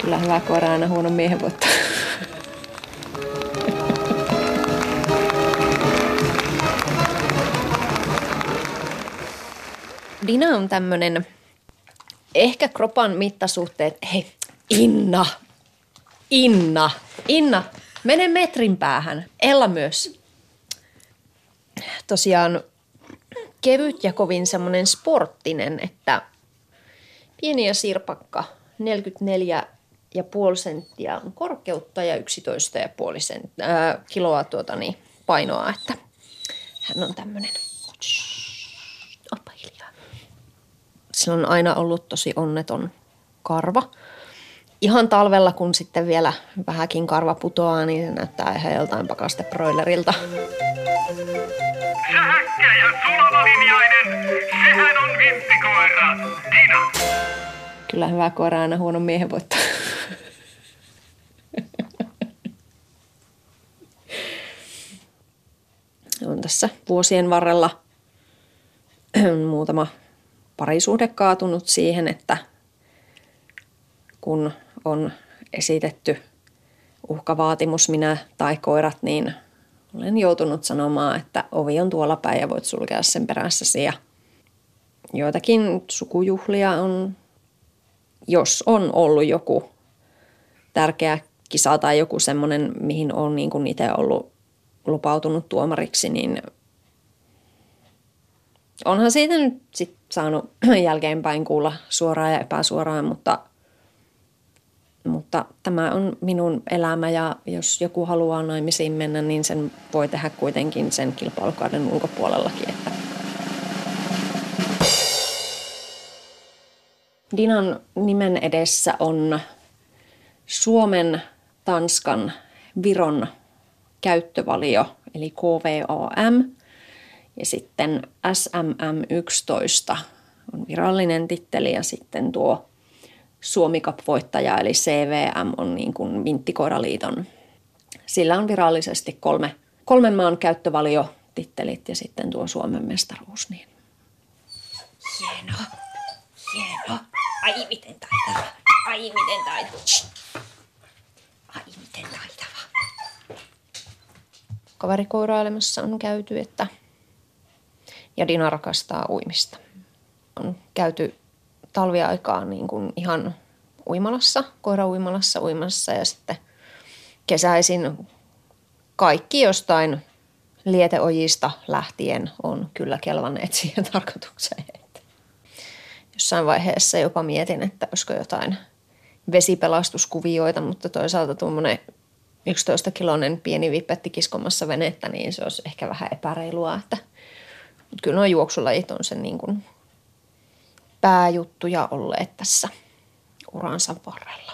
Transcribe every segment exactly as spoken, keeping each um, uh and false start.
Kyllä hyvä koira aina huono miehen voittaa. Dina on tämmönen ehkä kropan mittasuhteet. Hei, Inna, Inna, Inna, mene metrin päähän. Ella myös. Tosiaan kevyt ja kovin semmoinen sporttinen, että pieni ja sirpakka, neljäkymmentäneljä pilkku viisi senttiä on korkeutta ja yksitoista pilkku viisi sent, äh, kiloa tuota, niin, painoa, että hän on tämmöinen. Oppa hiljaa. Sillä on aina ollut tosi onneton karva. Ihan talvella, kun sitten vielä vähänkin karva putoaa, niin se näyttää ihan joltain pakastebroilerilta. Sähäkkä ja sulavalinjainen, sehän on vinttikoira, Dina. Kyllä hyvä koira aina huono miehen voittaa. On tässä vuosien varrella muutama parisuhde kaatunut siihen, että kun on esitetty uhkavaatimus minä tai koirat, niin olen joutunut sanomaan, että ovi on tuolla päin ja voit sulkea sen perässäsi. Ja joitakin sukujuhlia on, jos on ollut joku tärkeä kisa tai joku semmoinen, mihin on niin kuin itse ollut lupautunut tuomariksi, niin onhan siitä nyt sit saanut jälkeenpäin kuulla suoraan ja epäsuoraan, mutta, mutta tämä on minun elämä ja jos joku haluaa naimisiin mennä, niin sen voi tehdä kuitenkin sen kilpailukauden ulkopuolellakin. Että. Dinan nimen edessä on Suomen, Tanskan, Viron käyttövalio, eli K V A M, ja sitten S M M yksitoista on virallinen titteli, ja sitten tuo Suomi Cup-voittaja, eli C V M, on niin kuin Vinttikoiraliiton. Sillä on virallisesti kolme, kolmen maan käyttövaliotittelit, ja sitten tuo Suomen mestaruus. Niin. Hieno, hieno. Ai miten taitava, ai miten taitava. Ai miten taitava. Kaverikoirailemassa on käyty, että ja Dina rakastaa uimista. On käyty talviaikaan niin kuin ihan uimalassa, koirauimalassa uimassa ja sitten kesäisin kaikki jostain lieteojista lähtien on kyllä kelvanneet siihen tarkoitukseen. Että jossain vaiheessa jopa mietin, että olisiko jotain vesipelastuskuvioita, mutta toisaalta tuommoinen yksitoista-kiloinen pieni vipetti kiskomassa venettä, niin se olisi ehkä vähän epäreilua. Että, mutta kyllä nuo juoksulajit on sen niin kuin pääjuttuja olleet tässä uransa varrella.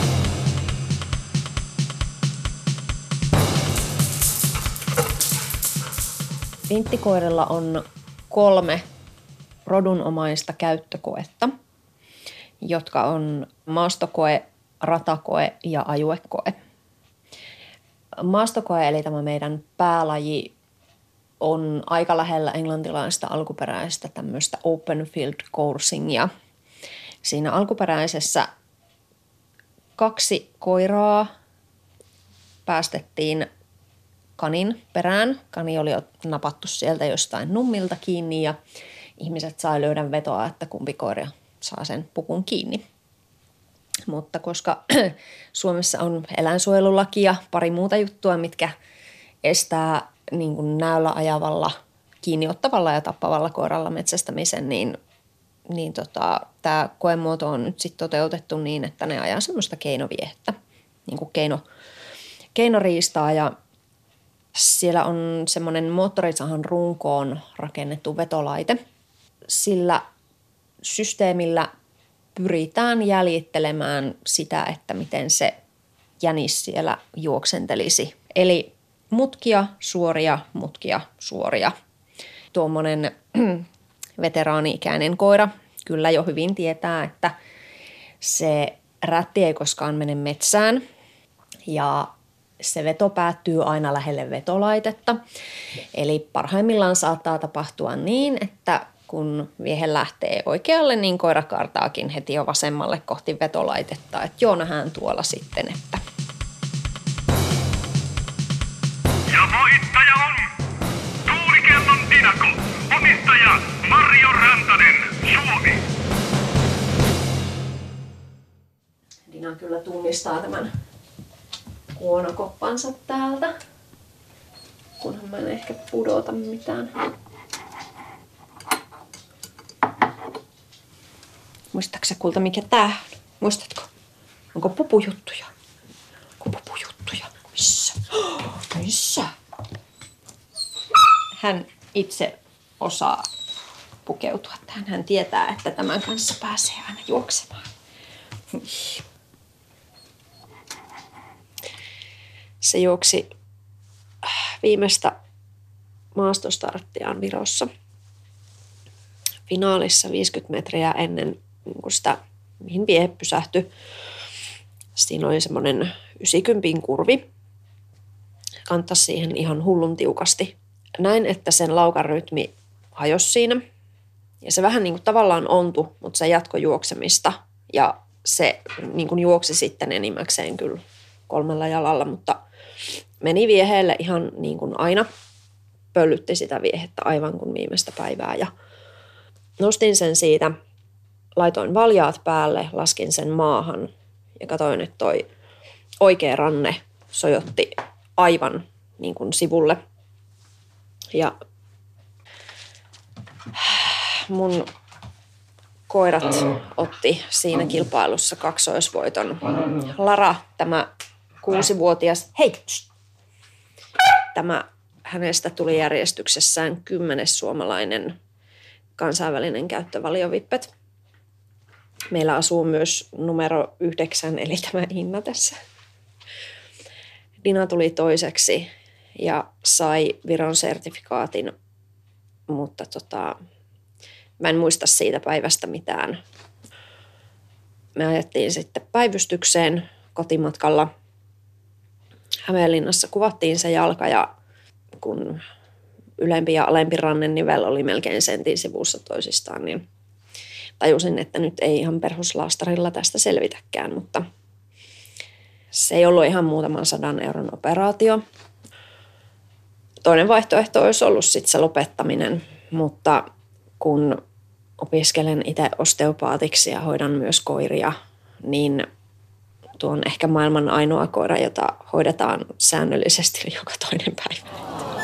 Vinttikoirilla on kolme rodunomaista käyttökoetta, jotka on maastokoe, ratakoe ja ajuekoe. Maastokoe, eli tämä meidän päälaji, on aika lähellä englantilaista alkuperäistä tämmöistä open field coursingia. Siinä alkuperäisessä kaksi koiraa päästettiin kanin perään. Kani oli napattu sieltä jostain nummilta kiinni ja ihmiset sai löydä vetoa, että kumpi koira saa sen pukun kiinni. Mutta koska Suomessa on eläinsuojelulaki ja pari muuta juttua, mitkä estää niin kuin näöllä ajavalla, kiinniottavalla ja tappavalla koiralla metsästämisen, niin, niin tota, tämä koemuoto on nyt sitten toteutettu niin, että ne ajaa semmoista keinoviehettä, niin kuin keino, keinoriistaa ja siellä on semmoinen moottorisahan runkoon rakennettu vetolaite. Sillä systeemillä pyritään jäljittelemään sitä, että miten se jänis siellä juoksentelisi. Eli mutkia, suoria, mutkia, suoria. Tuommoinen veteraani-ikäinen koira kyllä jo hyvin tietää, että se rätti ei koskaan mene metsään ja se veto päättyy aina lähelle vetolaitetta. Eli parhaimmillaan saattaa tapahtua niin, että kun viehe lähtee oikealle, niin koira kaartaakin heti jo vasemmalle kohti vetolaitetta. Että joo, nähdään tuolla sitten, että... Ja voittaja on Tuulikellon Dinako. Omistaja Marjo Rantanen, Suomi. Dina kyllä tunnistaa tämän kuonokoppansa täältä, kunhan mä en ehkä pudota mitään. Muistatko sä, Kulta, mikä tää on? Muistatko? Onko pupujuttuja? Onko pupujuttuja? Missä? Missä? Hän itse osaa pukeutua tähän. Hän tietää, että tämän kanssa pääsee aina juoksemaan. Se juoksi viimeistä maastostarttiaan Virossa. Finaalissa viisikymmentä metriä ennen sitä, mihin viehe pysähtyi. Siinä oli semmoinen yhdeksänkymmentä kurvi. Kantasi siihen ihan hullun tiukasti. Näin, että sen laukan rytmi hajosi siinä. Ja se vähän niin kuin tavallaan ontui, mutta se jatkoi juoksemista. Ja se niin kuin juoksi sitten enimmäkseen kyllä kolmella jalalla, mutta meni vieheelle ihan niin kuin aina. Pöllytti sitä viehettä aivan kuin viimeistä päivää. Ja nostin sen siitä, laitoin valjaat päälle, laskin sen maahan ja katsoin, että toi oikea ranne sojotti aivan niin kuin sivulle. Ja mun koirat otti siinä kilpailussa kaksoisvoiton. Lara, tämä kuusivuotias, hei! Tämä hänestä tuli järjestyksessään kymmenes suomalainen kansainvälinen käyttövaliovippet. Meillä asuu myös numero yhdeksän, eli tämä Inna tässä. Dina tuli toiseksi ja sai Viron sertifikaatin, mutta tota, mä en muista siitä päivästä mitään. Me ajettiin sitten päivystykseen kotimatkalla. Hämeenlinnassa kuvattiin se jalka ja kun ylempi ja alempi rannenivel oli melkein sentin sivussa toisistaan, niin tajusin, että nyt ei ihan perhoslaastarilla tästä selvitäkään, mutta se ei ollut ihan muutaman sadan euron operaatio. Toinen vaihtoehto olisi ollut sitten se lopettaminen, mutta kun opiskelen itse osteopaatiksi ja hoidan myös koiria, niin tuo on ehkä maailman ainoa koira, jota hoidetaan säännöllisesti joka toinen päivä.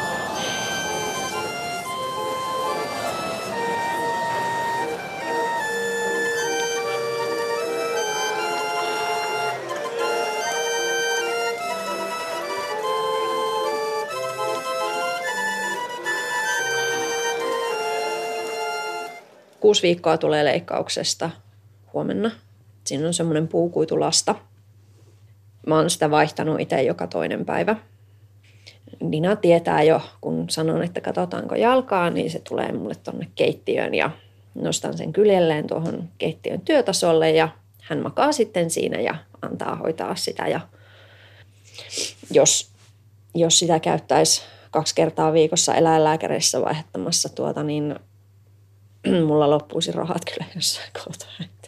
Kuusi viikkoa tulee leikkauksesta huomenna. Siinä on semmoinen puukuitulasta. Mä oon sitä vaihtanut itse joka toinen päivä. Dina tietää jo, kun sanon, että katsotaanko jalkaa, niin se tulee mulle tonne keittiöön ja nostan sen kyljelleen tuohon keittiön työtasolle ja hän makaa sitten siinä ja antaa hoitaa sitä. Ja jos, jos sitä käyttäisi kaksi kertaa viikossa eläinlääkärissä vaihtamassa tuota, niin mulla loppuisi rahat kyllä jossain kohtaa.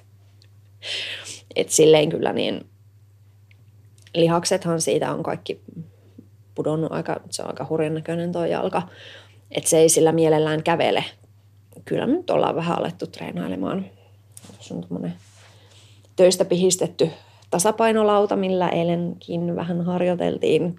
Et silleen kyllä niin, lihaksethan siitä on kaikki pudonnut aika, se on aika hurjan näköinen tuo jalka. Että se ei sillä mielellään kävele. Kyllä nyt ollaan vähän alettu treenailemaan. Se on tommonen töistä pihistetty tasapainolauta, millä eilenkin vähän harjoiteltiin.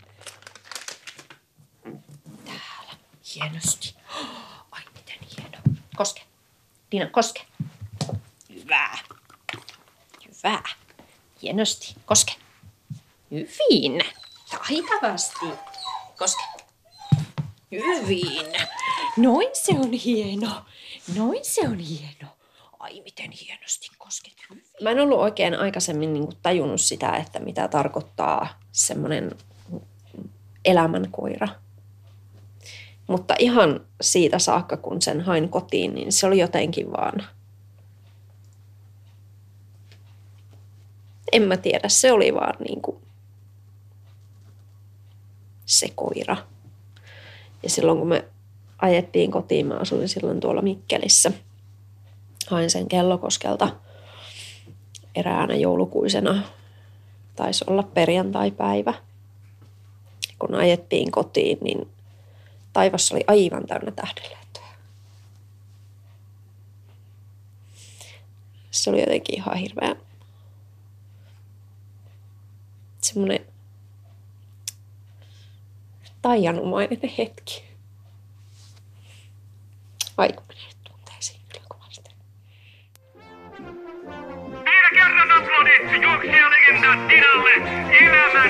Täällä, hienosti. Ai miten hieno. Koske. Dina, koske. Hyvä. Hyvä. Hienosti. Koske. Hyvin. Taitavasti. Koske. Hyvin. Noin se on hieno. Noin se on hieno. Ai miten hienosti kosket. Hyvin. Mä en ollut oikein aikaisemmin niin kuin tajunnut sitä, että mitä tarkoittaa semmoinen elämänkoira. Mutta ihan siitä saakka, kun sen hain kotiin, niin se oli jotenkin vaan... En mä tiedä, se oli vaan niin kuin se koira. Ja silloin kun me ajettiin kotiin. Mä asuin silloin tuolla Mikkelissä. Hain sen Kellokoskelta eräänä joulukuisena. Taisi olla perjantaipäivä. Kun ajettiin kotiin, niin taivas oli aivan täynnä tähdenlehtoja. Se oli jotenkin ihan hirveä semmoinen taianomainen hetki. Aiku menee tunteisiin kyllä kovasti. Vielä kerran aplodit juoksijalegenda Dinalle. Elämä